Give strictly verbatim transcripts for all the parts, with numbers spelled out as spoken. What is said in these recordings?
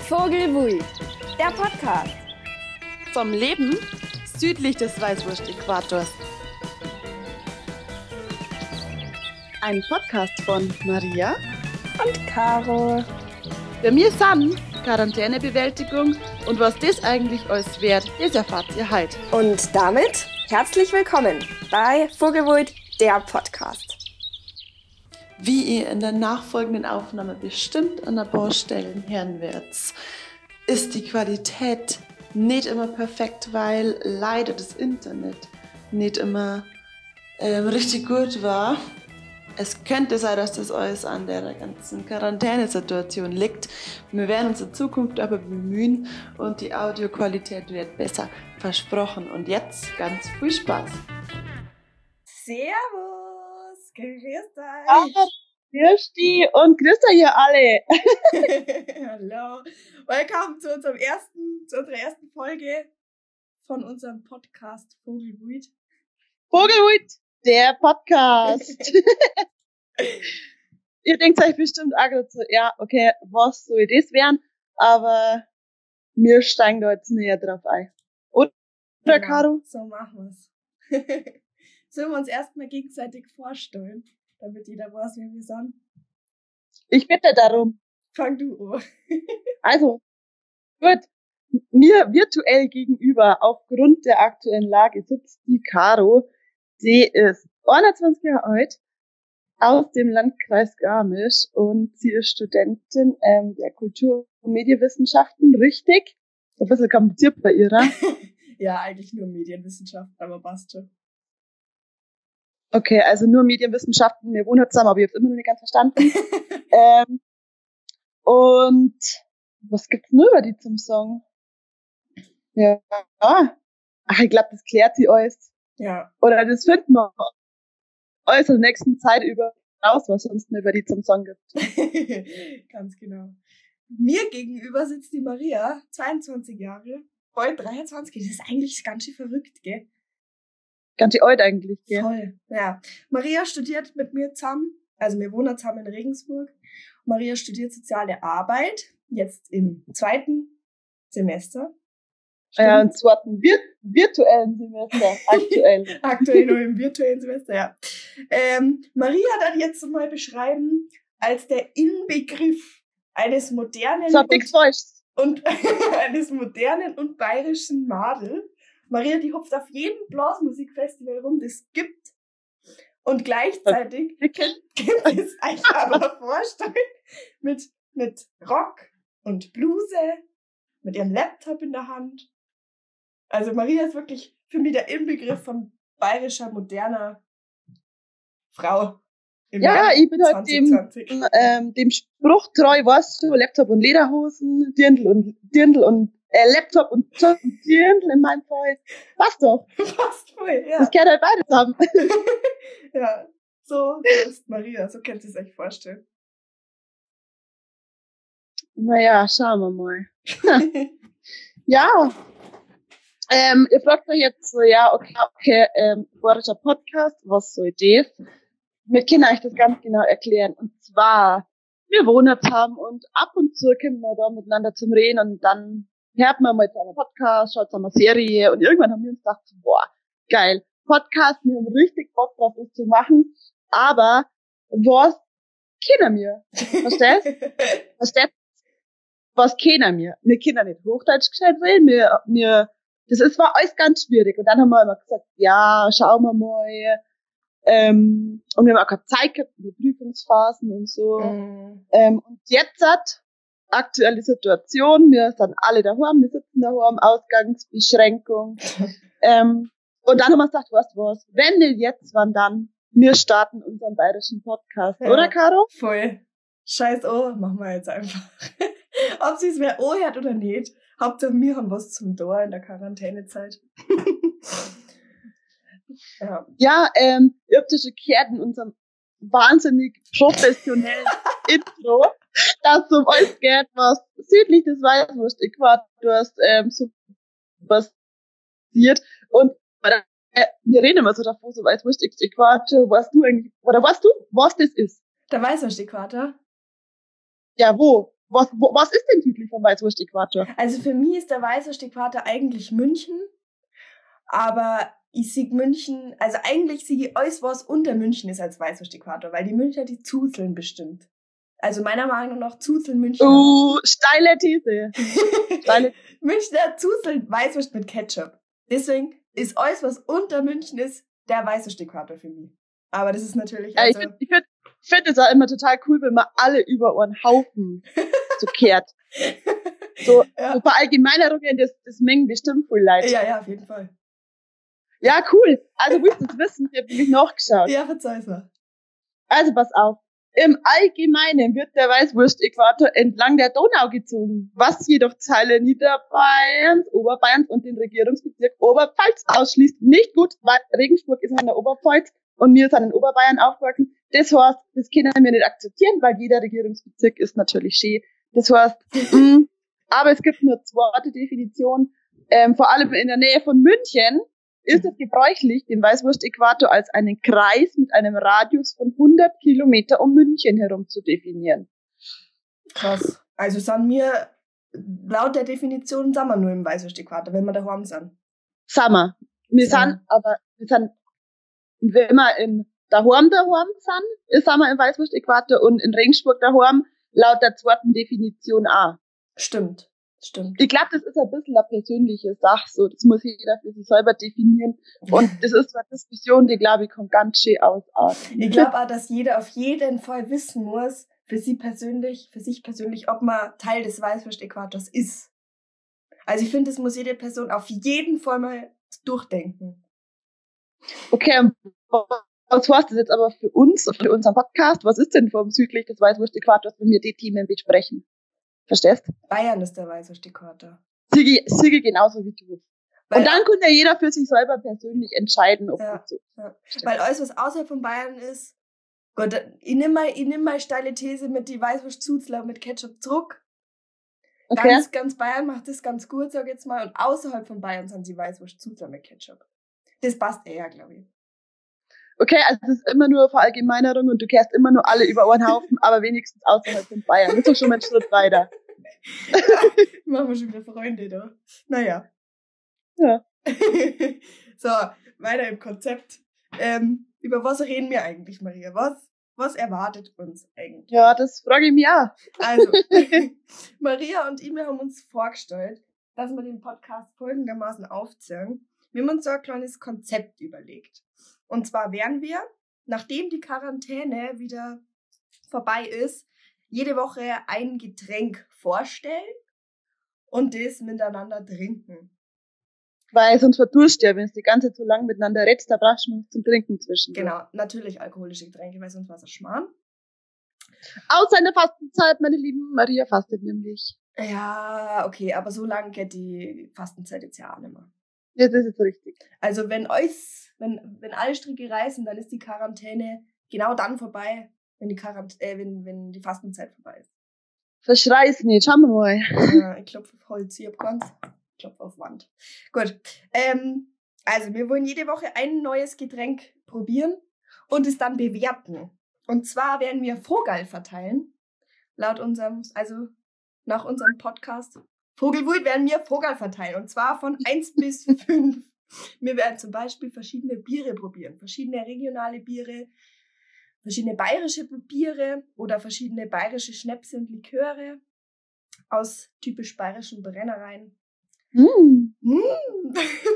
Vogelwui, der Podcast. Vom Leben südlich des Weißwurst-Äquators. Ein Podcast von Maria Und Caro. Bei mir sind Quarantänebewältigung und was das eigentlich alles wert, das erfahrt ihr heute. Und damit herzlich willkommen bei Vogelwui, der Podcast. Wie ihr in der nachfolgenden Aufnahme bestimmt an ein paar Stellen hören werdet, ist die Qualität nicht immer perfekt, weil leider das Internet nicht immer ähm, richtig gut war. Es könnte sein, dass das alles an der ganzen Quarantänesituation liegt. Wir werden uns in Zukunft aber bemühen und die Audioqualität wird besser, versprochen. Und jetzt ganz viel Spaß. Servus, grüß dich. Ah, grüß dich und grüß euch hier alle. Hallo, willkommen zu unserem ersten, zu unserer ersten Folge von unserem Podcast Vogelwui. Vogelwui, der Podcast. Ihr denkt euch bestimmt auch gerade so, ja, okay, was soll das werden? Aber wir steigen da jetzt näher drauf ein. Oder, Genau, Caro? so machen wir's. Sollen wir uns erstmal gegenseitig vorstellen, damit jeder weiß, wie wir sind? Ich bitte darum. Fang du an. Also, gut, mir virtuell gegenüber, aufgrund der aktuellen Lage, sitzt die Caro. Sie ist einundzwanzig Jahre alt, aus dem Landkreis Garmisch und sie ist Studentin ähm, der Kultur- und Medienwissenschaften, richtig? Ein bisschen kompliziert bei ihrer. Ja, eigentlich nur Medienwissenschaften, aber passt schon. Okay, also nur Medienwissenschaften, wir wohnen zusammen, aber ich habe es immer noch nicht ganz verstanden. ähm, und was gibt's nur über die zum Song? Ja, ach, ich glaube, das klärt sie alles. Ja. Oder das finden wir alles in der nächsten Zeit über raus, was sonst nur über die zum Song gibt. Ganz genau. Mir gegenüber sitzt die Maria, zweiundzwanzig Jahre, heute dreiundzwanzig. Das ist eigentlich ganz schön verrückt, gell? Ganz schön alt eigentlich, gell? Voll, ja. Maria studiert mit mir zusammen, also wir wohnen zusammen in Regensburg. Maria studiert Soziale Arbeit, jetzt im zweiten Semester. Ja, im zweiten vir- virtuellen Semester, aktuell. Aktuell nur im virtuellen Semester, ja. Ähm, Maria darf jetzt mal beschreiben als der Inbegriff eines modernen Sag nichts falsch. und eines modernen und bayerischen Madel. Maria, die hupft auf jedem Blasmusikfestival rum, das es gibt. Und gleichzeitig gibt, gibt es euch aber vorstellen mit, mit Rock und Bluse, mit ihrem Laptop in der Hand. Also Maria ist wirklich für mich der Inbegriff von bayerischer, moderner Frau. Im Ja, Jahr ich bin halt zwanzig dem, zwanzig. ähm, dem Spruch treu, weißt du, Laptop und Lederhosen, Dirndl und Dirndl und äh, Laptop und Job und Dirndl in meinem Fall. Was doch? Fast voll, ja. Das gehört halt beides zusammen. Ja, so, so ist Maria, so könnt ihr es euch vorstellen. Naja, schauen wir mal. Ja, ähm, ihr fragt euch jetzt so, ja, okay, okay, ähm, bayerischer Podcast, was soll das? Wir können euch das ganz genau erklären. Und zwar, wir wohnen zusammen und ab und zu kommen wir da miteinander zum Reden und dann hört man mal zu einem Podcast, schaut zu einer Serie und irgendwann haben wir uns gedacht, boah, geil, Podcast, wir haben richtig Bock drauf, das zu machen, aber was kennen wir? Verstehst? Verstehst? Was kennen wir? Wir können nicht Hochdeutsch gescheit reden, wir, wir, das ist, war alles ganz schwierig. Und dann haben wir immer gesagt, ja, schauen wir mal, ähm, und wir haben auch keine Zeit gehabt, in den Prüfungsphasen und so. Mm. Ähm, und jetzt hat aktuelle Situation, wir sind alle daheim, wir sitzen daheim, Ausgangsbeschränkung. ähm, und dann haben wir gesagt, weißt du was, wenn nicht jetzt, wann dann? Wir starten unseren bayerischen Podcast, Ja. oder Caro? Voll. Scheiß oh, machen wir jetzt einfach. Ob sie es wer hört oder nicht. Hauptsache wir haben was zum Tor in der Quarantänezeit. Ja. Ja, ähm, ihr habt ja schon gehört in unserem wahnsinnig professionellen Intro, dass es um alles geht, was südlich des Weißwurst-Äquators ähm, so passiert. Und äh, wir reden immer so davon, so Weißwurst-Äquator, weißt du eigentlich, oder weißt du, was das ist? Der Weißwurst-Äquator? Ja, wo? was, wo, was ist denn südlich vom Weißwurst-Äquator? Also für mich ist der Weißwurst-Äquator eigentlich München, aber ich sehe München, also eigentlich sehe ich alles, was unter München ist als Weißwurst-Äquator, weil die Münchner die Zuzeln bestimmt. Also meiner Meinung nach Zuzeln Münchner. Uh, steile These. Steile. Münchner Zuzeln Weißwurst mit Ketchup. Deswegen ist alles, was unter München ist, der Weißwurst-Äquator für mich. Aber das ist natürlich... Ja, Also ich finde find, find es auch immer total cool, wenn man alle über einen Haufen so kehrt. So, ja. so Verallgemeinerungen, das, das mengen bestimmt voll leid. Ja, ja, auf jeden Fall. Ja, cool. Also willst du es wissen? Ich habe nämlich nachgeschaut. Ja, verzeih's mal. Also pass auf. Im Allgemeinen wird der Weißwurst-Äquator entlang der Donau gezogen, was jedoch Teile Niederbayerns, Oberbayerns und den Regierungsbezirk Oberpfalz ausschließt. Nicht gut, weil Regensburg ist in der Oberpfalz und wir sind in Oberbayern aufgewachsen. Das heißt, das können wir nicht akzeptieren, weil jeder Regierungsbezirk ist natürlich schön. Das heißt, mh, aber es gibt nur zweite Definition. Ähm, vor allem in der Nähe von München ist es gebräuchlich, den Weißwurst-Äquator als einen Kreis mit einem Radius von hundert Kilometer um München herum zu definieren. Krass. Also sind wir, laut der Definition, sind wir nur im Weißwurst-Äquator, wenn wir daheim sind. Sind wir. Wir Ja. sind, aber, wir sind, wenn wir in daheim daheim sind, sind wir im Weißwurst-Äquator und in Regensburg daheim laut der zweiten Definition auch. Stimmt. Stimmt. Ich glaube, das ist ein bisschen eine persönliche Sache, so. Das muss jeder für sich selber definieren. Und das ist eine Diskussion, die, glaube ich, kommt ganz schön ausarten. Ich glaube auch, dass jeder auf jeden Fall wissen muss, für sie persönlich, für sich persönlich, ob man Teil des Weißwurst-Äquators ist. Also ich finde, das muss jede Person auf jeden Fall mal durchdenken. Okay, und was heißt das jetzt aber für uns, für unseren Podcast? Was ist denn vom südlich des Weißwurst-Äquators, wenn wir die Themen besprechen? Verstehst? Bayern ist der Weißwurst-Äquator. Sigi, Sigi genauso wie du. Weil, und dann kann ja jeder für sich selber persönlich entscheiden, ob ja, das so ja. Weil alles, was außerhalb von Bayern ist, Gott, ich nehme mal, ich nehm mal steile These mit die Weißwurst-Zuzler mit Ketchup zurück. Okay. Ganz, ganz Bayern macht das ganz gut, sag ich jetzt mal. Und außerhalb von Bayern sind sie Weißwurst-Zuzler mit Ketchup. Das passt eher, glaube ich. Okay, also das ist immer nur eine Verallgemeinerung und du kehrst immer nur alle über einen Haufen, aber wenigstens außerhalb von Bayern. Das ist doch schon mal ein Schritt weiter. Ja, machen wir schon wieder Freunde da. Naja. Ja. So, weiter im Konzept. Ähm, über was reden wir eigentlich, Maria? Was, was erwartet uns eigentlich? Ja, das frage ich mich auch. Also, Maria und ich, wir haben uns vorgestellt, dass wir den Podcast folgendermaßen aufziehen. Wir haben uns so ein kleines Konzept überlegt. Und zwar werden wir, nachdem die Quarantäne wieder vorbei ist, jede Woche ein Getränk vorstellen und das miteinander trinken. Weil sonst verdurst ja, wenn es die ganze Zeit so lang miteinander redst, da brauchst du noch zum Trinken zwischen. Genau, natürlich alkoholische Getränke, weil sonst war es ein Schmarrn. Außer in der Fastenzeit, meine lieben, Maria fastet nämlich. Ja, okay, aber so lange geht die Fastenzeit jetzt ja auch nicht mehr. Ja, das ist jetzt richtig. Also wenn euch, wenn, wenn alle Stricke reißen, dann ist die Quarantäne genau dann vorbei, wenn die Quarant äh, wenn, wenn die Fastenzeit vorbei ist. Verschrei's nicht, schauen wir mal. Ja, ich klopfe auf Holz, ich hab ganz, ich klopfe auf Wand. Gut, ähm, also wir wollen jede Woche ein neues Getränk probieren und es dann bewerten. Und zwar werden wir Vogel verteilen, laut unserem, also nach unserem Podcast. Vogelwut werden wir Vogel verteilen und zwar von eins bis fünf. Wir werden zum Beispiel verschiedene Biere probieren, verschiedene regionale Biere, verschiedene bayerische Biere oder verschiedene bayerische Schnäpse und Liköre aus typisch bayerischen Brennereien. Mm. Mm.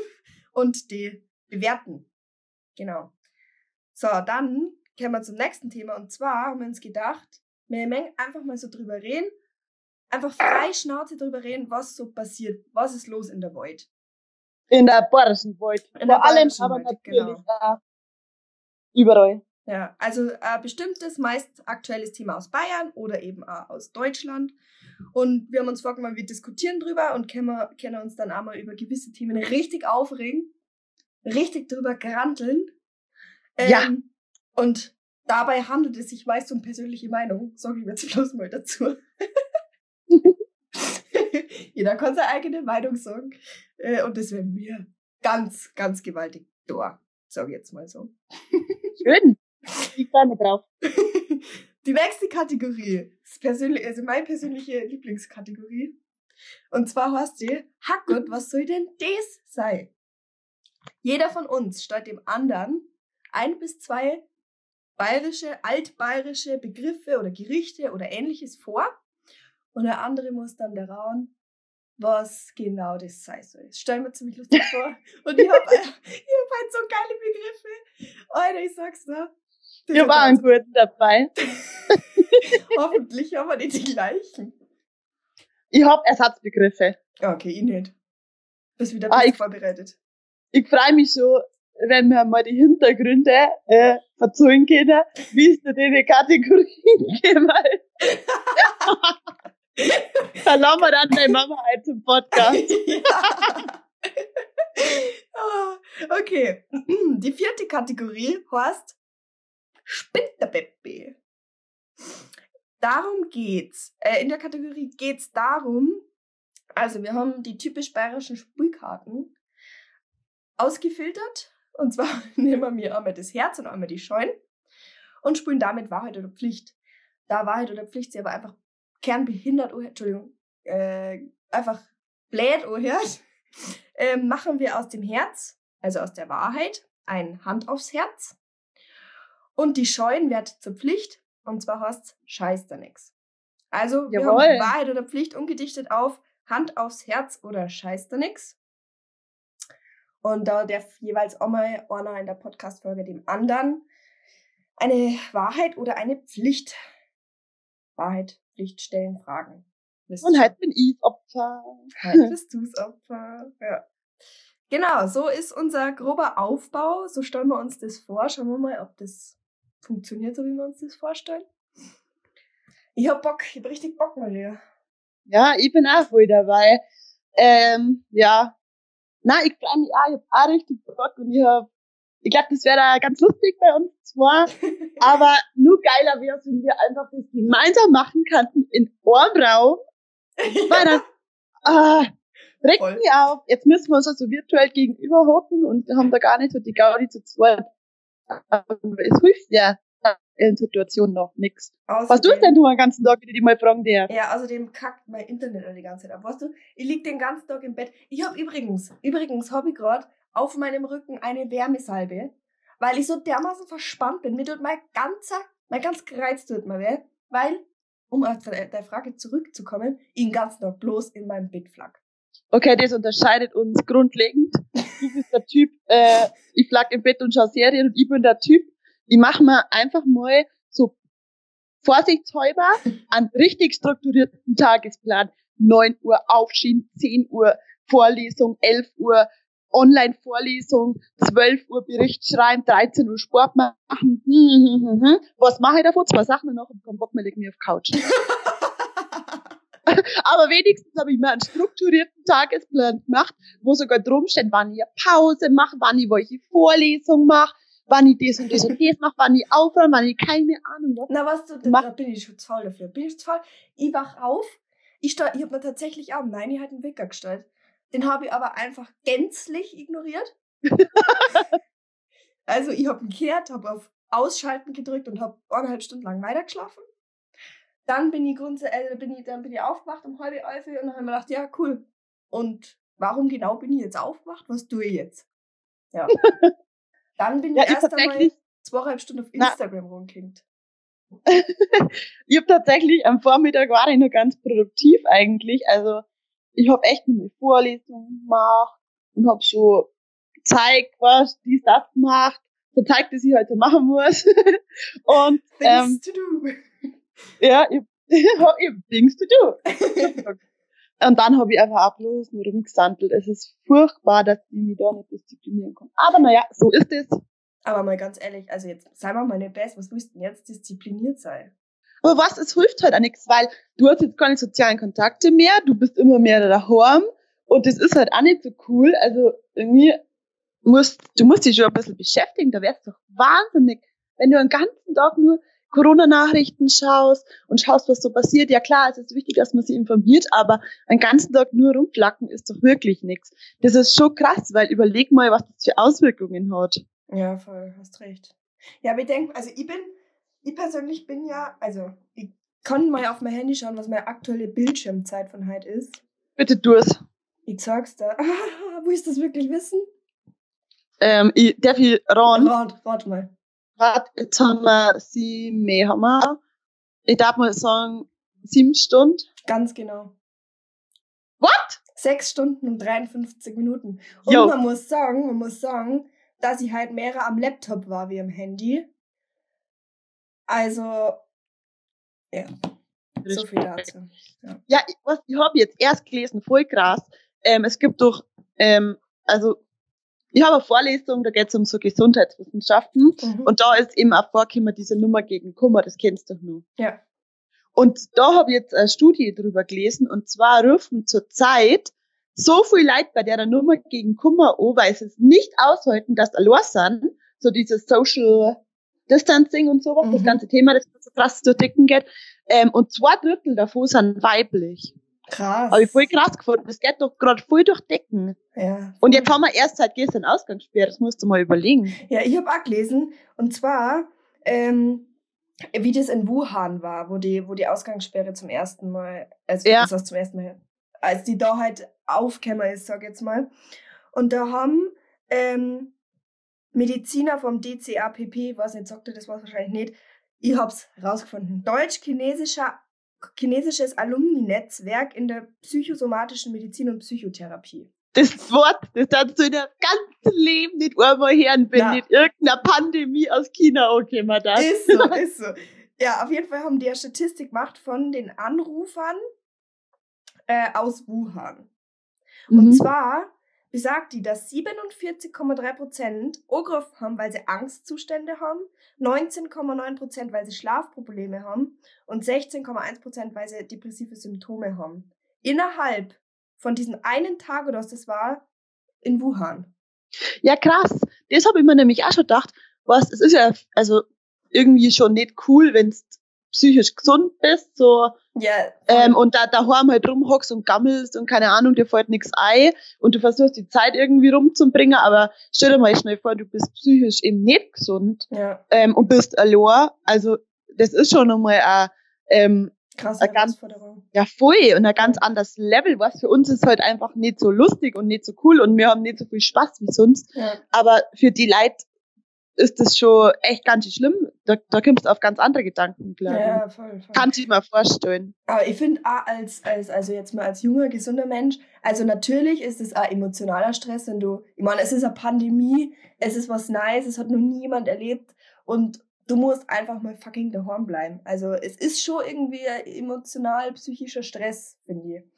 Und die bewerten. Genau. So, dann kommen wir zum nächsten Thema und zwar haben wir uns gedacht, wir mengen einfach mal so drüber reden, einfach frei Schnauze drüber reden, was so passiert, was ist los in der Welt. In der bayerischen Welt. In der Vor allem bayerischen aber Welt, natürlich genau. auch überall. Ja, also ein bestimmtes, meist aktuelles Thema aus Bayern oder eben auch aus Deutschland. Und wir haben uns vorgenommen, wir diskutieren drüber und können, wir, können uns dann auch mal über gewisse Themen richtig aufregen, richtig drüber granteln. Ähm, Ja. Und dabei handelt es sich meist um persönliche Meinung, sage ich jetzt bloß mal dazu. Jeder kann seine eigene Meinung sagen. Äh, und das wäre mir ganz, ganz gewaltig da, sage ich jetzt mal so. Schön. Ich freue mich drauf. Die nächste Kategorie ist persönlich, also meine persönliche Lieblingskategorie. Und zwar heißt sie, Hackgott, was soll denn das sein? Jeder von uns stellt dem anderen ein bis zwei bayerische, altbayerische Begriffe oder Gerichte oder Ähnliches vor. Und der andere muss dann erraten, was genau das sein soll. Das stellen wir ziemlich lustig vor. Und ich habe ich hab halt so geile Begriffe. Alter, ich sag's dir. Wir waren gut dabei. Hoffentlich haben wir nicht die gleichen. Ich hab Ersatzbegriffe. Okay, ich nicht. Bist wieder ah, ich, vorbereitet. Ich freue mich schon, wenn wir mal die Hintergründe äh, verzeihen können, wie es dir diese Kategorien geben. Dann lassen wir dann meine Mama ein zum Podcast. Oh, okay. Die vierte Kategorie heißt Spinterbeppi. Darum geht's. Äh, in der Kategorie geht's darum, also wir haben die typisch bayerischen Spielkarten ausgefiltert. Und zwar nehmen wir einmal das Herz und einmal die Scheun und spielen damit Wahrheit oder Pflicht. Da Wahrheit oder Pflicht sie aber einfach kernbehindert, oh, Entschuldigung, äh, einfach blöd anhört, äh, machen wir aus dem Herz, also aus der Wahrheit, ein Hand aufs Herz. Und die Scheun wird zur Pflicht, und zwar heißt scheiß da nix. Also wir Jawohl. haben Wahrheit oder Pflicht umgedichtet auf Hand aufs Herz oder scheiß da nix. Und da darf jeweils auch mal einer in der Podcast-Folge dem anderen eine Wahrheit oder eine Pflicht, Wahrheit, Pflicht stellen, fragen. Wisst Und heute bin ich Opfer. Heute bist du's Opfer, ja. Genau, so ist unser grober Aufbau. So stellen wir uns das vor. Schauen wir mal, ob das funktioniert, so wie wir uns das vorstellen. Ich hab Bock, ich hab richtig Bock, Maria. Ja, ich bin auch voll dabei. Ähm, ja. Na, ich freue mich auch, ich hab auch richtig Bock und ich hab, ich glaube, das wäre da ganz lustig bei uns zwar, aber nur geiler wäre es, wenn wir einfach das gemeinsam machen könnten in einem Raum, weil dann, ah, regt mich auf. Jetzt müssen wir uns also virtuell gegenüber hocken und haben da gar nicht so die Gaudi zu zweit. Aber es hilft ja in Situationen noch nix. Außerdem, was tust denn du den ganzen Tag, wenn ich dich mal fragen darf? Ja, außerdem kackt mein Internet die ganze Zeit ab. Weißt du, ich lieg den ganzen Tag im Bett. Ich hab übrigens, übrigens hab ich gerade auf meinem Rücken eine Wärmesalbe, weil ich so dermaßen verspannt bin. Mir tut mein ganzer, mein ganz Kreuz tut mir weh, weil, um auf der Frage zurückzukommen, ich den ganzen Tag bloß in meinem Bett flack. Okay, das unterscheidet uns grundlegend. Du bist der Typ, äh, ich flack im Bett und schau Serien und ich bin der Typ, ich mache mir einfach mal so vorsichtshalber einen richtig strukturierten Tagesplan. neun Uhr aufschieben, zehn Uhr Vorlesung, elf Uhr Online-Vorlesung, zwölf Uhr Bericht schreiben, dreizehn Uhr Sport machen. Hm, hm, hm, hm. Was mache ich davon? Zwei Sachen und noch und keinen Bock mehr, leg mich auf die Couch. Aber wenigstens habe ich mir einen strukturierten Tagesplan gemacht, wo sogar drum steht, wann ich eine Pause mache, wann ich welche Vorlesung mache, wann ich das und das und das mache, wann ich aufräume, wann ich keine Ahnung was. Na, was du, da, da bin ich schon zu faul dafür. Bin ich zu faul? Ich wach auf, ich, steu, ich habe mir tatsächlich auch, nein, ich hatte einen Wecker gestellt. Den habe ich aber einfach gänzlich ignoriert. Also ich habe ihn gekehrt, habe auf Ausschalten gedrückt und habe eineinhalb Stunden lang weitergeschlafen. Dann bin ich grundsätzlich, äh, bin ich, dann bin ich aufgewacht um halb elf und dann habe ich mir gedacht, ja, cool. Und warum genau bin ich jetzt aufgewacht? Was tue ich jetzt? Ja. Dann bin ja, ich erst einmal zweieinhalb Stunden auf Instagram rumgeklingt. Ich habe tatsächlich am Vormittag war ich noch ganz produktiv eigentlich. Also ich habe echt eine Vorlesung gemacht und habe schon gezeigt, was dies, das gemacht. Gezeigt, dass ich heute machen muss. Und ähm, Things to do. Ja, ich, ich habe Things to do. Und dann habe ich einfach auch bloß nur rumgesandelt. Es ist furchtbar, dass ich mich da nicht disziplinieren kann. Aber naja, so ist es. Aber mal ganz ehrlich, also jetzt sei mal meine Best, was willst du denn jetzt diszipliniert sein? Aber was, es hilft halt auch nichts, weil du hast jetzt keine sozialen Kontakte mehr, du bist immer mehr daheim und das ist halt auch nicht so cool. Also irgendwie musst, du musst dich schon ein bisschen beschäftigen, da wär's doch wahnsinnig, wenn du den ganzen Tag nur Corona-Nachrichten schaust und schaust, was so passiert. Ja klar, es ist wichtig, dass man sich informiert, aber einen ganzen Tag nur rumflacken ist doch wirklich nichts. Das ist schon krass, weil überleg mal, was das für Auswirkungen hat. Ja, voll, hast recht. Ja, aber ich denke, also ich bin, ich persönlich bin ja, also ich kann mal auf mein Handy schauen, was meine aktuelle Bildschirmzeit von heute ist. Bitte tu es. Ich sag's da. Wo ist das wirklich wissen? Ähm, ich, darf ich ran? Rat, rat mal. Rat, jetzt haben wir sieben, mehr haben wir. Ich darf mal sagen, sieben Stunden. Ganz genau. What? Sechs Stunden und dreiundfünfzig Minuten. Und Yo. man muss sagen, man muss sagen, dass ich halt mehr am Laptop war wie am Handy. Also, ja. So viel dazu. Ja, ja ich, was, ich habe jetzt erst gelesen, voll krass. Ähm, es gibt doch, ähm, also, ich habe eine Vorlesung, da geht es um so Gesundheitswissenschaften. Mhm. Und da ist eben auch vorgekommen, diese Nummer gegen Kummer, das kennst du doch nur. Ja. Und da habe ich jetzt eine Studie drüber gelesen, und zwar rufen zurzeit so viel Leute bei der Nummer gegen Kummer an, weil sie es nicht aushalten, dass allein sind, so dieses Social Distancing und sowas, mhm. das ganze Thema, das so krass zu dicken geht. Ähm, und zwei Drittel davon sind weiblich. Krass. Habe ich voll krass gefunden. Das geht doch gerade voll durch Decken. Ja. Und jetzt haben wir erst seit gestern Ausgangssperre, das musst du mal überlegen. Ja, ich habe auch gelesen, und zwar, ähm, wie das in Wuhan war, wo die, wo die Ausgangssperre zum ersten Mal, also ja. das heißt zum ersten Mal, als die da halt aufgekommen ist, sag ich jetzt mal. Und da haben ähm, Mediziner vom D C A P P, was nicht sagte, das war wahrscheinlich nicht, ich hab's rausgefunden, deutsch-chinesischer chinesisches Alumni-Netzwerk in der psychosomatischen Medizin und Psychotherapie. Das Wort, das darfst du in deinem ganzen Leben nicht einmal hören, wenn nicht irgendeine Pandemie aus China angekommen da. Ist so, ist so. Ja, auf jeden Fall haben die eine Statistik gemacht von den Anrufern äh, aus Wuhan. Mhm. Und zwar besagt die, dass siebenundvierzig Komma drei Prozent angerufen haben, weil sie Angstzustände haben, neunzehn Komma neun Prozent, weil sie Schlafprobleme haben und sechzehn Komma eins Prozent, weil sie depressive Symptome haben. Innerhalb von diesem einen Tag, oder was das war, in Wuhan. Ja, krass. Das habe ich mir nämlich auch schon gedacht. Was, es ist ja also irgendwie schon nicht cool, wenn du psychisch gesund bist, so, ja, ähm, und da daheim halt rumhockst und gammelst und keine Ahnung, dir fällt nichts ein und du versuchst die Zeit irgendwie rumzubringen, aber stell dir mal schnell vor, du bist psychisch eben nicht gesund, ja. ähm, und bist allein. Also das ist schon nochmal ein ähm, krasse ganz, ja, voll, und ein ganz anderes Level, was für uns ist halt einfach nicht so lustig und nicht so cool und wir haben nicht so viel Spaß wie sonst. Ja. Aber für die Leute ist das schon echt ganz schlimm. Da, da kommst du auf ganz andere Gedanken, glaube ich. Ja, voll, voll. Kannst du dir mal vorstellen. Aber ich finde auch als, als, also jetzt mal als junger, gesunder Mensch, also natürlich ist es auch emotionaler Stress, wenn du, ich meine, es ist eine Pandemie, es ist was Neues, es hat noch nie jemand erlebt und du musst einfach mal fucking daheim bleiben. Also es ist schon irgendwie ein emotional psychischer Stress, finde ich.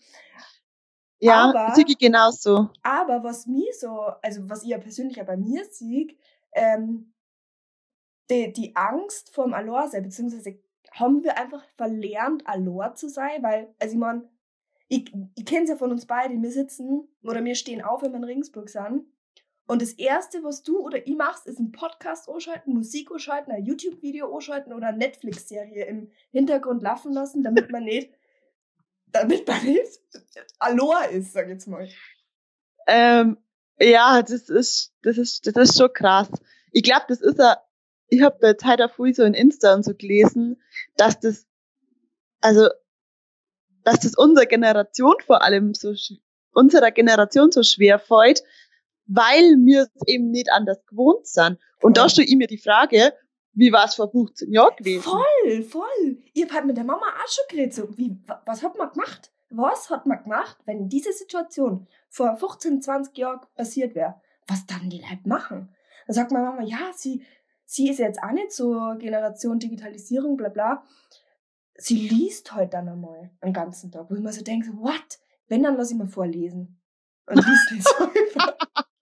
Ja, sehe ich genauso. Aber was mir so, also was ich ja persönlich auch bei mir sehe, ähm, die, die Angst vorm Alleinsein, beziehungsweise haben wir einfach verlernt, allein zu sein, weil, also ich meine, ich, ich kenne es ja von uns beiden, wir sitzen oder wir stehen auf, wenn wir in Regensburg sind. Und das Erste, was du oder ich machst, ist einen Podcast anschalten, Musik anschalten, ein YouTube-Video anschalten oder eine Netflix-Serie im Hintergrund laufen lassen, damit man nicht, damit man nicht allein ist, sag ich jetzt mal. Ähm, ja, das ist, das ist, das ist schon krass. Ich glaube, das ist ja, ich habe bei Zeit auf so in Insta und so gelesen, dass das, also, dass das unserer Generation vor allem so, unserer Generation so schwer fällt, weil wir es eben nicht anders gewohnt sind. Und ja. Da stelle ich mir die Frage, wie war es vor fünfzehn Jahren gewesen? Voll, voll. Ich hab halt mit der Mama auch schon geredet, so, wie, was hat man gemacht? Was hat man gemacht, wenn diese Situation vor fünfzehn, zwanzig Jahren passiert wäre? Was dann die Leute machen? Dann sagt meine Mama, ja, sie, sie ist jetzt auch nicht so Generation Digitalisierung, bla bla. Sie liest halt dann einmal einen ganzen Tag, wo ich mir so denke, what? Wenn, dann lass ich mal vorlesen. Und liest nicht so über.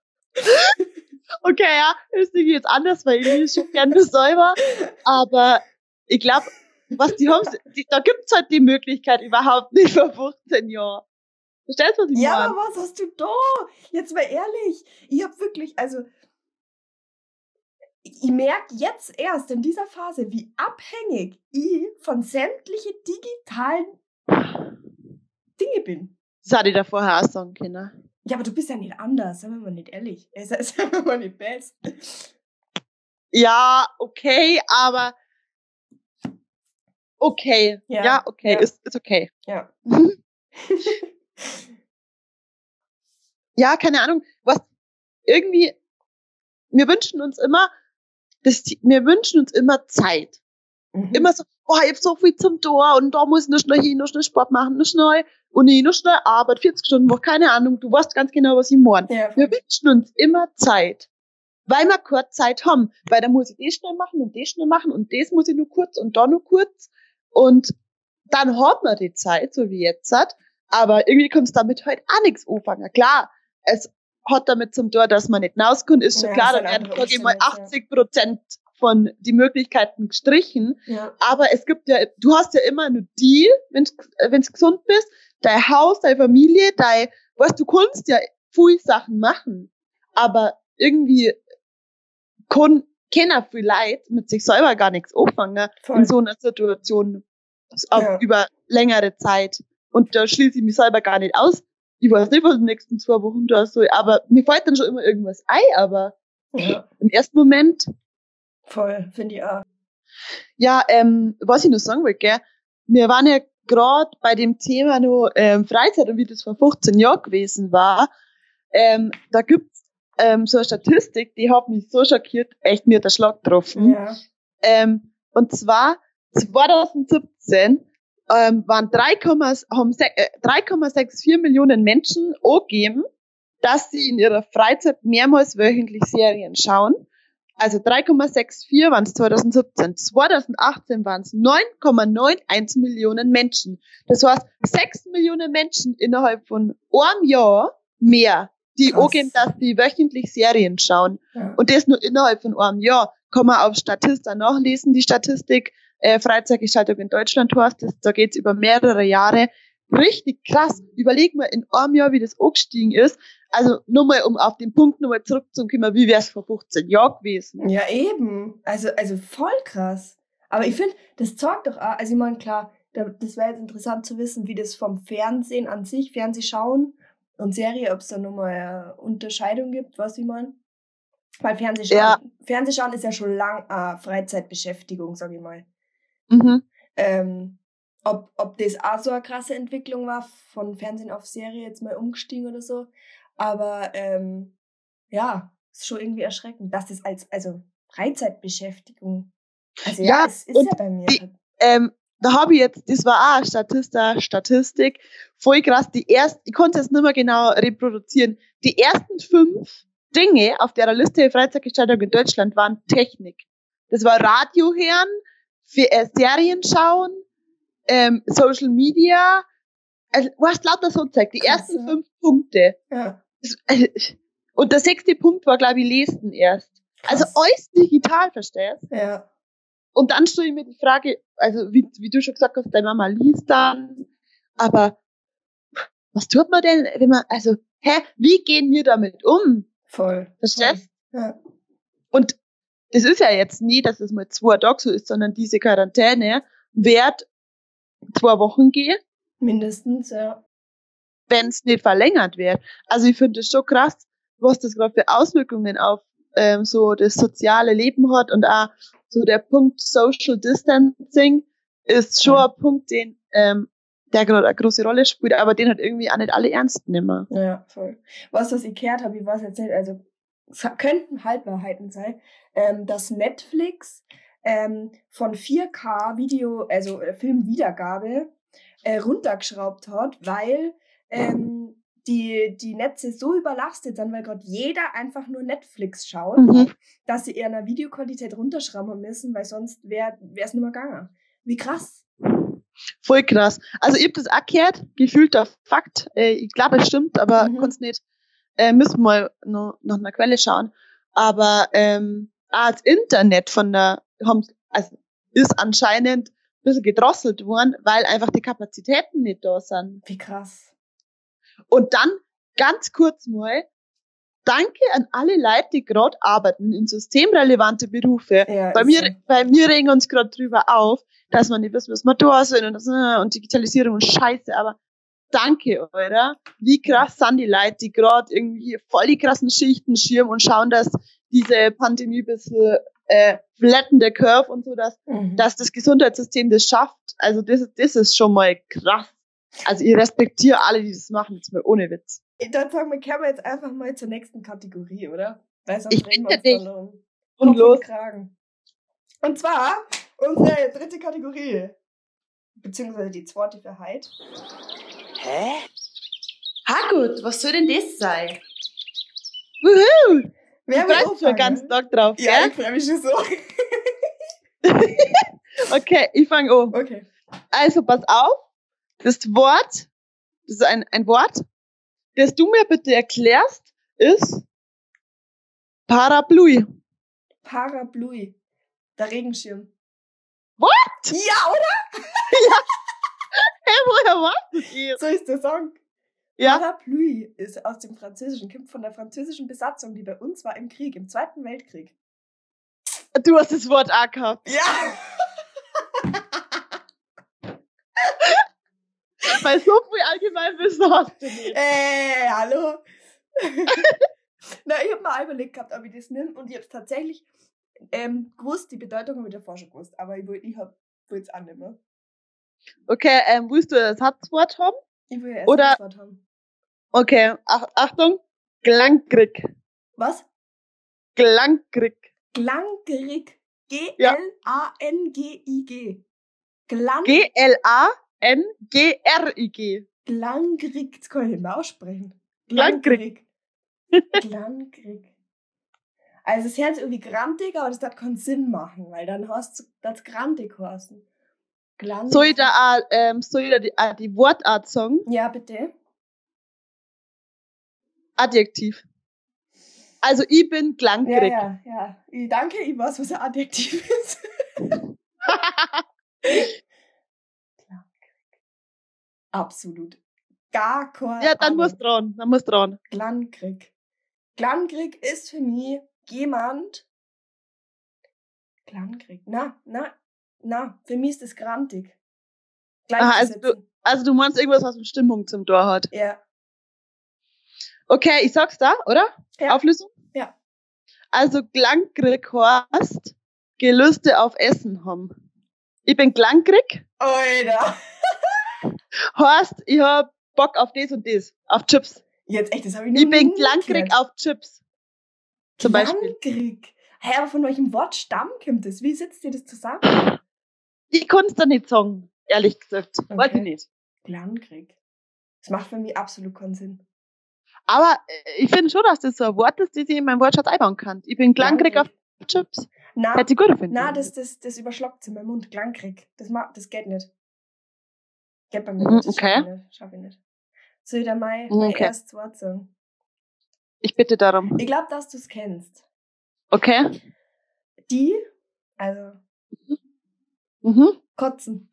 Okay, ja, ist irgendwie jetzt anders, weil ich lese schon gerne selber. Aber ich glaube, was die haben, die, da gibt's halt die Möglichkeit überhaupt nicht vor fünfzehn Jahren. Verstehst du, was ich ja, meine? Ja, aber was hast du da? Jetzt mal ehrlich. Ich hab wirklich, also, ich merke jetzt erst in dieser Phase, wie abhängig ich von sämtlichen digitalen Dinge bin. Das hatte ich da vorher auch sagen können. Ja, aber du bist ja nicht anders, sagen wir mal nicht ehrlich. Sagen wir mal nicht best. Ja, okay, aber okay. Ja, ja okay, ja. Ist, ist okay. Ja. Ja, keine Ahnung, was irgendwie, wir wünschen uns immer, das, wir wünschen uns immer Zeit. Mhm. Immer so, oh, ich hab so viel zum Tor und da muss ich noch schnell hin, noch schnell Sport machen, noch schnell und ich noch schnell Arbeit, vierzig Stunden Woche, keine Ahnung, du weißt ganz genau, was ich meine. Ja, wir wünschen uns immer Zeit, weil wir kurz Zeit haben, weil da muss ich das schnell machen und das schnell machen und das muss ich nur kurz und da nur kurz und dann hat man die Zeit, so wie jetzt hat, aber irgendwie kannst du damit halt auch nichts anfangen. Klar, es hat damit zum Tor, dass man nicht rauskommt, ist schon ja, klar, da werden, sag ich mal, achtzig Prozent von die Möglichkeiten gestrichen. Ja. Aber es gibt ja, du hast ja immer nur die, wenn du gesund bist, dein Haus, deine Familie, dein, weißt du, kannst ja viele Sachen machen. Aber irgendwie kann keiner viel Leid mit sich selber gar nichts anfangen Voll. In so einer Situation auf, ja. über längere Zeit. Und da schließe ich mich selber gar nicht aus. Ich weiß nicht, was in den nächsten zwei Wochen da soll, aber mir fällt dann schon immer irgendwas ein, aber ja. im ersten Moment. Voll, finde ich auch. Ja, ähm, was ich noch sagen wollte, gell, wir waren ja gerade bei dem Thema noch ähm, Freizeit und wie das vor fünfzehn Jahren gewesen war. Ähm, da gibt's ähm, so eine Statistik, die hat mich so schockiert, echt mir der Schlag getroffen. Ja. Ähm, und zwar zwanzig siebzehn ähm, waren drei Komma sechs vier Millionen Menschen angegeben, dass sie in ihrer Freizeit mehrmals wöchentlich Serien schauen. Also drei Komma vierundsechzig waren es zwanzig siebzehn. zwanzig achtzehn waren es neun Komma einundneunzig Millionen Menschen. Das heißt, sechs Millionen Menschen innerhalb von einem Jahr mehr, die Krass. angeben, dass sie wöchentlich Serien schauen. Ja. Und das nur innerhalb von einem Jahr. Kann man auf Statista nachlesen, die Statistik. Äh, Freizeitgestaltung in Deutschland heißt das. Da geht's über mehrere Jahre. Richtig krass. Überleg mal in einem Jahr, wie das angestiegen ist. Also nur mal, um auf den Punkt nochmal zurückzukommen, wie wär's vor fünfzehn Jahren gewesen? Ja, eben. Also, also voll krass. Aber ich finde, das zeigt doch auch, also ich meine, klar, das wäre jetzt interessant zu wissen, wie das vom Fernsehen an sich, Fernsehschauen und Serie, ob es da nochmal eine Unterscheidung gibt, was ich meine. Weil Fernsehschauen, ja. Fernsehschauen ist ja schon lang äh, Freizeitbeschäftigung, sag ich mal. Mhm. Ähm, ob, ob das auch so eine krasse Entwicklung war, von Fernsehen auf Serie jetzt mal umgestiegen oder so. Aber ähm, ja, ist schon irgendwie erschreckend, dass das als also Freizeitbeschäftigung. Also ja, ja es ist ja bei mir. Die, ähm, da habe ich jetzt, das war auch eine Statista, Statistik, voll krass. Die ersten, ich konnte es nicht mehr genau reproduzieren. Die ersten fünf Dinge auf der Liste Freizeitgestaltung in Deutschland waren Technik. Das war Radio hören, für, äh, Serien schauen, ähm, Social Media, also, du hast lauter so gezeigt, die Krass, ersten ja. fünf Punkte. Ja. Und der sechste Punkt war, glaube ich, Lesen erst. Krass. Also alles digital, verstehst? Ja. Und dann stelle ich mir die Frage, also wie, wie du schon gesagt hast, deine Mama liest dann, aber was tut man denn, wenn man, also, hä, wie gehen wir damit um? Voll. Verstehst? Voll. Ja. Und das ist ja jetzt nie, dass es mal zwei Tage so ist, sondern diese Quarantäne wird zwei Wochen gehen. Mindestens, ja. Wenn es nicht verlängert wird. Also ich finde es schon krass, was das gerade für Auswirkungen auf ähm, so das soziale Leben hat und auch so der Punkt Social Distancing ist schon ja. ein Punkt, den ähm, der gerade eine große Rolle spielt, aber den hat irgendwie auch nicht alle ernst nehmen. Ja, voll. Was, was ich gehört habe, ich weiß jetzt nicht, also es könnten Halbwahrheiten sein, ähm, dass Netflix ähm, von vier K Video, also äh, Filmwiedergabe äh, runtergeschraubt hat, weil ähm, die, die Netze so überlastet sind, weil gerade jeder einfach nur Netflix schaut, mhm. dass sie eher eine Videoqualität runterschrauben müssen, weil sonst wäre es nicht mehr gegangen. Wie krass. Voll krass. Also ich habe das auch gehört, gefühlter Fakt. Äh, ich glaube, es stimmt, aber mhm. kann's nicht. Äh, müssen wir mal noch nach einer Quelle schauen. Aber ähm, auch das Internet von der haben, also ist anscheinend ein bisschen gedrosselt worden, weil einfach die Kapazitäten nicht da sind. Wie krass. Und dann ganz kurz mal, danke an alle Leute, die gerade arbeiten in systemrelevante Berufe. Ja, bei mir, so. bei mir regen uns gerade drüber auf, dass man nicht wissen, was man da soll und, das, und Digitalisierung und Scheiße, aber danke, Alter. Wie krass sind die Leute, die gerade irgendwie voll die krassen Schichten schirmen und schauen, dass diese Pandemie ein bisschen äh, flatten the curve und so, dass, Mhm. dass das Gesundheitssystem das schafft. Also das, ist- das ist schon mal krass. Also ich respektiere alle, die das machen, jetzt mal ohne Witz. Ich würde sagen, wir kommen jetzt einfach mal zur nächsten Kategorie, oder? Weil sonst Ich reden wir bitte uns dich. dann um Und Kopf los. und Kragen. Und zwar unsere dritte Kategorie. Beziehungsweise die zweite für heute. Hä? Ha gut, was soll denn das sein? Wuhu! Wer Ich will freue mich schon den anfangen? ganzen Tag drauf, Ja, gell? ich freue mich schon so. Okay, ich fange an. Okay. Also, pass auf. Das Wort, das ist ein, ein Wort, das du mir bitte erklärst, ist Parapluie. Parapluie. Der Regenschirm. What? Ja, oder? Hä, woher weißt du das? So ist der Song. Ja, Parapluie ist aus dem Französischen, kommt von der französischen Besatzung, die bei uns war im Krieg, im Zweiten Weltkrieg. du hast das Wort auch gehabt. Ja! Weil so viel Allgemeinwissen hast du nicht. Äh, hallo? Na, ich hab mir auch überlegt gehabt, ob ich das nehme und ich hab's tatsächlich ähm, gewusst, die Bedeutung habe ich davor schon gewusst, aber ich wollte ich hab, es auch nicht mehr. Okay, ähm, willst du das Satzwort haben? Ich will ja erst Oder- das Wort haben. Okay, ach, Achtung. Glankrig. Was? Glankrig. Glangrig. Ja. G L A N G I G. Glang G L A N G R I G. Glangrig. Das kann ich nicht mehr aussprechen. Glangrig. Glangrig. Also es hört sich irgendwie grantig, aber das hat keinen Sinn machen, weil dann hast du das grantig heißen. Glangrig. Soll ich da auch, ähm, soll ich da die, äh, die Wortart sagen? Ja, bitte. Adjektiv. Also ich bin Ja, glankrig. ja, ja. Ich danke, ich weiß, was ein Adjektiv ist. Absolut. Gar kein Ja, dann Ahnung. muss dran, dann muss dran. Glankrig. Glankrig ist für mich jemand. Glankrig. Na, na, na, für mich ist das grantig. Aha, also Gleichzusetzen. Also du meinst irgendwas, was mit Stimmung zum Tor hat. Ja. Okay, ich sag's da, oder? Ja. Auflösung? Ja. Also glankrig heißt Gelüste auf Essen haben. Ich bin glankrig, Alter. heißt ich hab Bock auf das und das, auf Chips. Jetzt echt, das habe ich nie Ich bin nie glankrig gehört. auf Chips. Zum Beispiel. Glankrig. Hä, aber von welchem Wort Stamm kommt das? Wie setzt ihr das zusammen? Ich kann's da nicht sagen, ehrlich gesagt. Weiß Okay. ich nicht. Glankrig. Das macht für mich absolut keinen Sinn. Aber äh, ich finde schon, dass das so ein Wort ist, das ich in meinem Wortschatz einbauen kann. Ich bin glankrig auf Chips. Na, Hätte ich gut finden. na das, das, das überschlagt in meinem Mund. Glankrig. Das, ma, das geht nicht. Geht bei mir Mhm, nicht. Das okay. Schaff ich nicht. Schaff ich nicht. Soll ich da mein, Mhm, mein okay. erstes Wort sagen? Ich bitte darum. Ich glaube, dass du es kennst. Okay? Die, also Mhm. kotzen.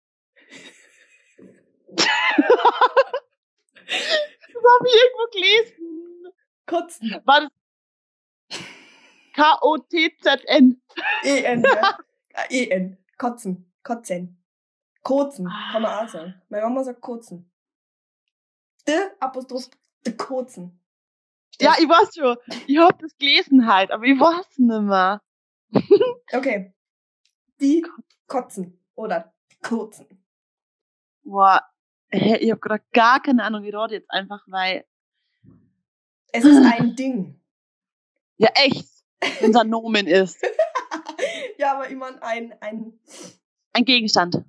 Das habe ich irgendwo gelesen. Kotzen. War das K O T Z N? E N, ja. E N. Kotzen. Kotzen. Kotzen. Kann man auch sagen. Meine Mama sagt kotzen. De Apostroph de kotzen. Ja, ich weiß schon. Ich hab das gelesen halt, aber ich weiß nicht mehr. Okay. Die kotzen. Oder kotzen. Boah, hä, ich hab gerade gar keine Ahnung, ich rate jetzt einfach, weil, Es ist ein Ding. ja echt, wenn es ein Nomen ist. Ja, aber immer ein, ein Ein Gegenstand.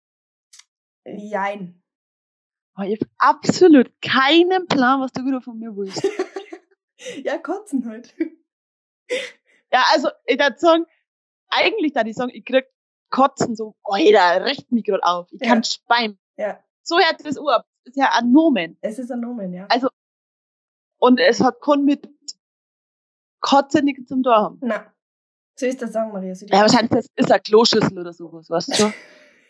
Jein. Boah, ich hab absolut keinen Plan, was du wieder von mir willst. Ja, kotzen halt. Ja, also, ich würde sagen, eigentlich da die sagen, ich krieg Kotzen so, Alter, recht mich grad auf. Ich Ja. kann speien. Ja, So hört das Urlaub. Das ist ja ein Nomen. es ist ein Nomen, ja. Also, und es hat keinen mit Kotze nichts zum Tor haben. Na, so ist der Song, Maria. So die- Ja, wahrscheinlich das ist eine Kloschüssel oder sowas, weißt du?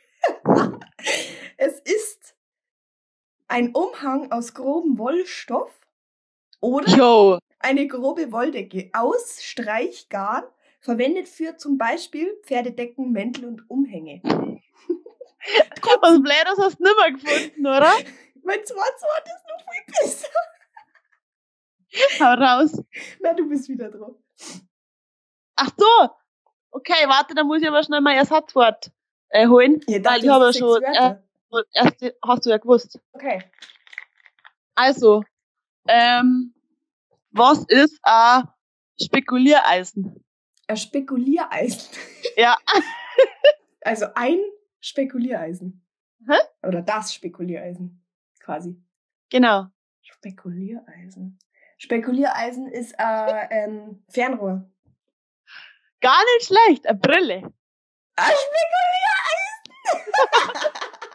Es ist ein Umhang aus grobem Wollstoff oder Jo. eine grobe Wolldecke aus Streichgarn, verwendet für zum Beispiel Pferdedecken, Mäntel und Umhänge. Was Blödes hast du nicht mehr gefunden, oder? Mein zweites Wort ist noch viel besser. Hau raus. Na, du bist wieder dran. Ach so. Okay, warte, da muss ich aber schnell mein Ersatzwort äh, holen. Ja, weil ich habe ja schon, äh, das erste hast du ja gewusst. Okay. Also, ähm, was ist ein Spekuliereisen? Ein Spekuliereisen. Ja. Also ein Spekuliereisen. Hä? Oder das Spekuliereisen. Quasi. Genau. Spekuliereisen. Spekuliereisen ist ein äh, ähm, Fernrohr. Gar nicht schlecht, eine Brille. Ein Spekuliereisen!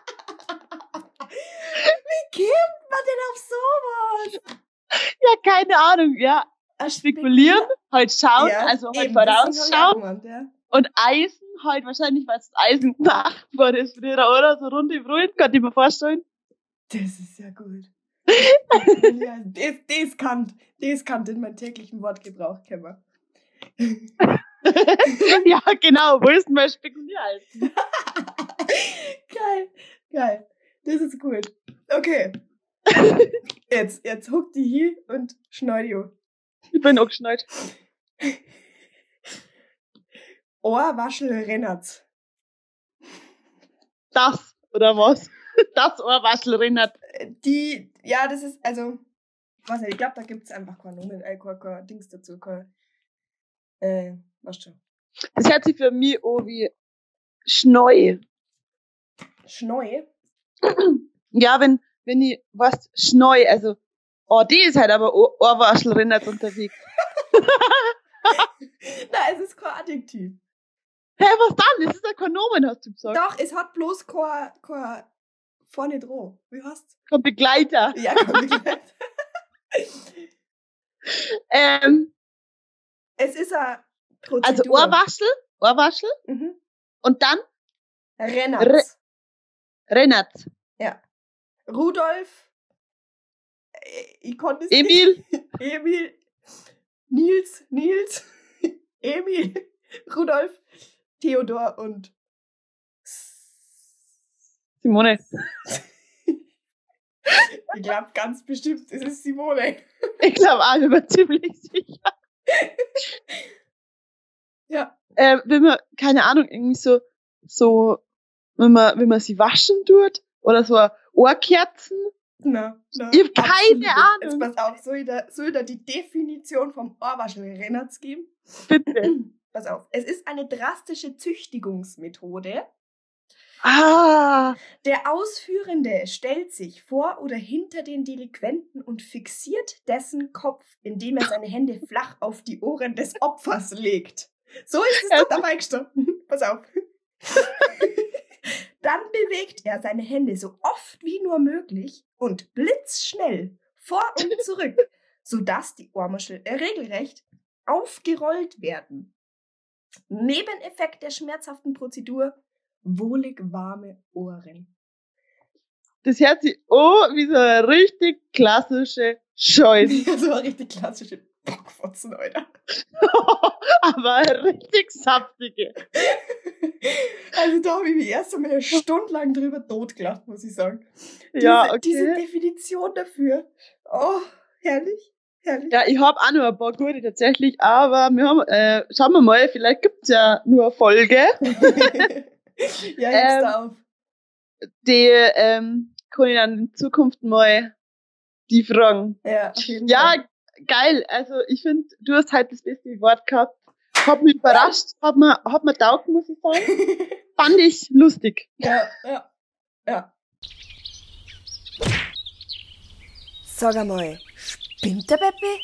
Wie kommt man denn auf sowas? Ja, keine Ahnung, ja. Ein Spekulieren, halt schauen, Ja, also halt eben, deswegen hab ich auch vorausschauen. gemeint, ja. Und Und Eisen, halt wahrscheinlich, weil es Eisen gemacht war, das früher, oder? So rund im Ruin, kann ich mir vorstellen. das ist ja gut. Spekuliereisen. Das, das kann, das kann in meinen täglichen Wortgebrauch kommen. Ja, genau, wo ist denn mein Spekuliereisen? Geil, geil. Das ist gut. Okay. Jetzt, jetzt huck die hier und schneid die an. Ich bin auch geschnallt. Ohrwaschel Rennert's. Das, oder was? Das Ohrwaschel erinnert. Die, ja, das ist, also, was nicht, ich glaube, da gibt's einfach kein Nomen, äh, kein, kein Dings dazu, kein, äh, was schon. Das hört sich für mich an wie Schneu. Schneu? Ja, wenn, wenn ich, was, Schneu, also, oh, die ist halt aber Ohr- Ohrwaschel erinnert unterwegs. Nein, es ist kein Adjektiv. Hä, was dann? Das ist ja kein Nomen, hast du gesagt. Doch, es hat bloß kein, kein vorne dran. Wie heißt's? Kein Begleiter. Ja, kein Begleiter. Ähm, Es ist eine Prozedur. also Ohrwaschel, Ohrwaschel Mhm. und dann Rennert's. Rennert. Ja. Rudolf. äh, Ich konnte es Emil, nicht. Emil. Nils. Nils. Emil. Rudolf. Theodor und Simone. ich glaube ganz bestimmt, es ist Simone. Ich glaube auch, ich bin ziemlich sicher. Ja. Äh, wenn man, keine Ahnung, irgendwie so, so, wenn man, wenn man sie waschen tut, oder so Ohrkerzen. Na, na, Ich hab keine absolut nicht. Ahnung. Jetzt pass auf, soll ich da, soll ich da die Definition vom Ohrwaschel Rennert's geben? Bitte. Pass auf. Es ist eine drastische Züchtigungsmethode. Ah, Der Ausführende stellt sich vor oder hinter den Delinquenten und fixiert dessen Kopf, indem er seine Hände flach auf die Ohren des Opfers legt. So ist es Ja. doch dabei gestanden. Pass auf. Dann bewegt er seine Hände so oft wie nur möglich und blitzschnell vor und zurück, sodass die Ohrmuschel regelrecht aufgerollt werden. Nebeneffekt der schmerzhaften Prozedur: wohlig warme Ohren. das hört sich an wie so eine richtig klassische Scheiße. Ja, so eine richtig klassische Bockfotzen, Alter. Aber eine richtig saftige. Also da habe ich mich erst einmal eine Stunde lang drüber totgelacht, muss ich sagen. Ja, diese, okay. diese Definition dafür. Oh, herrlich, herrlich. Ja, ich hab auch noch ein paar gute tatsächlich, aber wir haben, äh, schauen wir mal, vielleicht gibt's ja nur eine Folge, Ja, jetzt Ähm, da auf. die ähm, kann ich dann in Zukunft mal die fragen. Ja, auf jeden Ja, Fall. geil. Also ich finde, du hast halt das beste Wort gehabt. Hat mich überrascht, hat mir, hat mir taugt, muss ich sagen. Fand ich lustig. Ja, ja, ja. Sag einmal, spinnt der Peppi?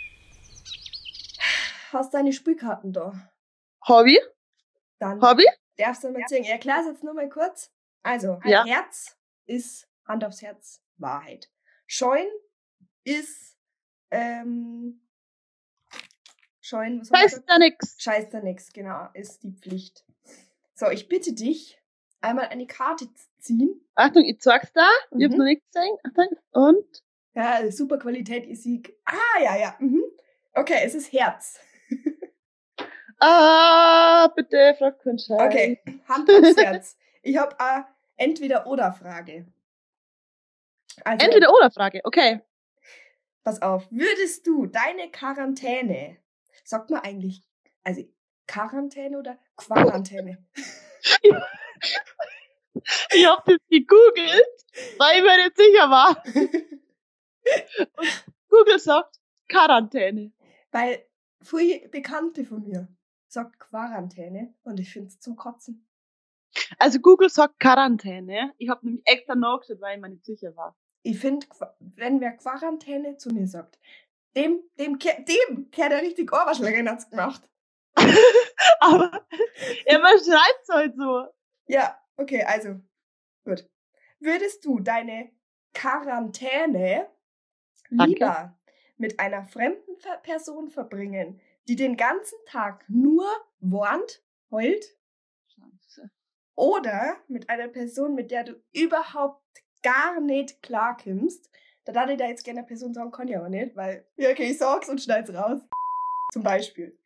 Hast deine Spielkarten da? Hab ich? Dann Hab ich? darfst du mal erzählen. Ich erkläre es jetzt nur mal kurz. Also, ein Ja. Herz ist, Hand aufs Herz, Wahrheit. Scheuen ist, ähm, Scheuen, was haben wir Weiß gesagt? da nix. Scheiß da nix, genau, ist die Pflicht. So, ich bitte dich, einmal eine Karte zu ziehen. Achtung, ich zeig's da. Ich hab's Mhm. noch nicht gesehen. Achtung. Und? Ja, super Qualität, ihr Sieg. Ah, ja, ja. Mhm. Okay, es ist Herz. Ah, bitte, Frau Kunschei. Okay, Hand aufs Herz. Ich habe eine Entweder-Oder-Frage. Also, Entweder oder Frage. Okay. pass auf, würdest du deine Quarantäne, sagt man eigentlich, also Quarantäne oder Quarantäne? Ich hab das gegoogelt, weil ich mir nicht sicher war. Und Google sagt Quarantäne. Weil viele Bekannte von mir sagt Quarantäne und ich finde es zum Kotzen. Also Google sagt Quarantäne. Ich habe nämlich extra nachgeschaut, weil ich mir nicht sicher war. Ich finde, wenn wer Quarantäne zu mir sagt, dem, dem, dem kehrt er richtig Ohrwaschläge hat's gemacht. Aber ja, man schreibt's halt so. Ja, okay, also, gut. Würdest du deine Quarantäne Danke. lieber mit einer fremden Ver- Person verbringen, die den ganzen Tag nur warnt, heult, Scheiße. oder mit einer Person, mit der du überhaupt gar nicht klarkommst? Da darf ich da jetzt gerne eine Person sagen, kann ich aber nicht, weil, ja, okay, ich sag's und schneid's raus. Zum Beispiel.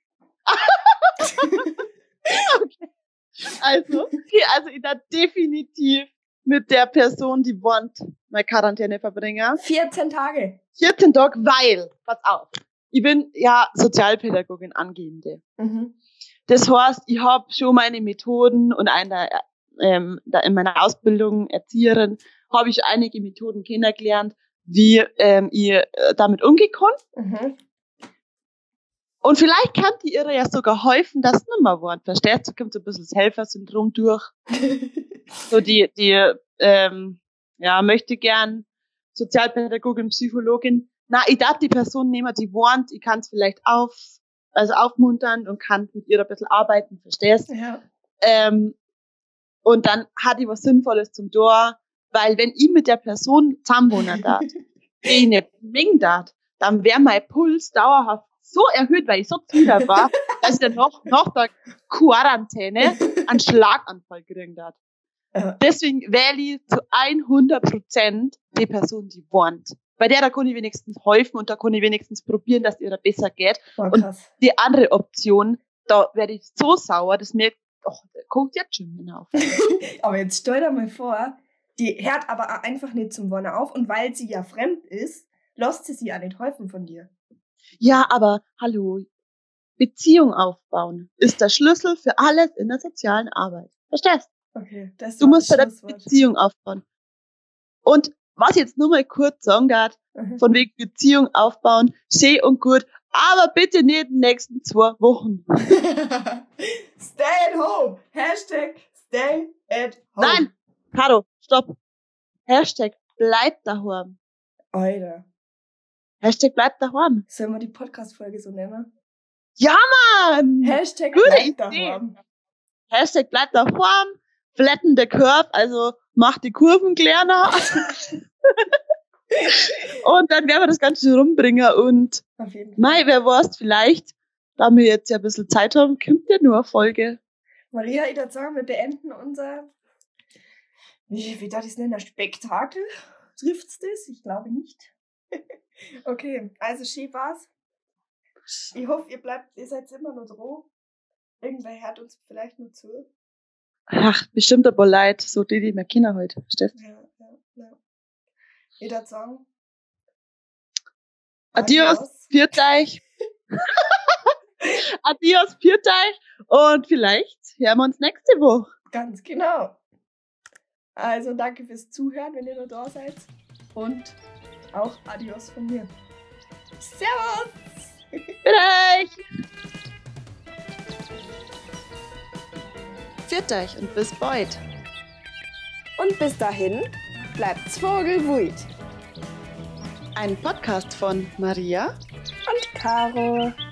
Okay. Also, okay, also ich darf definitiv mit der Person, die wohnt, meine Quarantäne verbringen. vierzehn Tage. vierzehn Tage, weil, pass auf, ich bin ja Sozialpädagogin angehende. Mhm. Das heißt, ich habe schon meine Methoden und eine, ähm, da in meiner Ausbildung Erzieherin habe ich einige Methoden kennengelernt, wie ähm, ich äh, damit umgehen kann. Mhm. Und vielleicht kann die ihr ja sogar helfen, dass es nicht mehr wird. Verstehst du? Da kommt so ein bisschen das Helfersyndrom durch. So die, die, ähm, ja, möchte gern Sozialpädagogin, Psychologin. Na, ich darf die Person nehmen, die wohnt. Ich kann es vielleicht auf, also aufmuntern und kann mit ihr ein bisschen arbeiten. Verstehst? Ja. Ähm, und dann hat ich was Sinnvolles zum Tor, weil wenn ich mit der Person zusammenwohnen darf, die ich nicht mengen darf, dann wäre mein Puls dauerhaft so erhöht, weil ich so müde war, dass ich dann noch, nach der Quarantäne einen Schlaganfall kriegen hat. Ja. Deswegen wähle ich zu hundert Prozent die Person, die wohnt. Bei der, da kann ich wenigstens helfen und da kann ich wenigstens probieren, dass es ihr besser geht. War Und krass. die andere Option, da werde ich so sauer, dass mir, oh, der guckt jetzt schon hinauf. Aber jetzt stell dir mal vor, die hört aber einfach nicht zum Wohnen auf und weil sie ja fremd ist, lässt sie sich auch nicht helfen von dir. Ja, aber hallo, Beziehung aufbauen ist der Schlüssel für alles in der sozialen Arbeit. Verstehst? Okay, das Du war musst bei das der Schlusswort. Beziehung aufbauen. Und was ich jetzt nur mal kurz sagen darf, Mhm. von wegen Beziehung aufbauen, schön und gut, aber bitte nicht in den nächsten zwei Wochen. Stay at home. Hashtag stay at home. Nein, Caro, stopp. Hashtag bleib daheim. Alter. Hashtag bleib daheim. Sollen wir die Podcast-Folge so nennen? Ja, Mann! Hashtag Gute bleib Idee. daheim. Hashtag bleib daheim, flatten the curve, also mach die Kurven kleiner. Und dann werden wir das Ganze rumbringen und Auf jeden Fall. mei, wer weiß, vielleicht, da wir jetzt ja ein bisschen Zeit haben, kommt ja nur eine Folge. Maria, ich würde sagen, wir beenden unser, wie, wie darf ich es nennen, Spektakel. Trifft's das? Ich glaube nicht. Okay, also schön war's. Ich hoffe, ihr bleibt, ihr seid immer noch dran. Irgendwer hört uns vielleicht nur zu. Ach, bestimmt aber leid, so die, die mir Kinder heute, verstehst du? Ja, ja, ja. Ich würde sagen, Adios, viert euch. Adios, viert euch. Und vielleicht hören wir uns nächste Woche. Ganz genau. Also danke fürs Zuhören, wenn ihr noch da seid. Und auch Adios von mir. Servus! Viert euch. Viert euch und bis bald. Und bis dahin bleibt's vogelwuit. Ein Podcast von Maria Und Caro.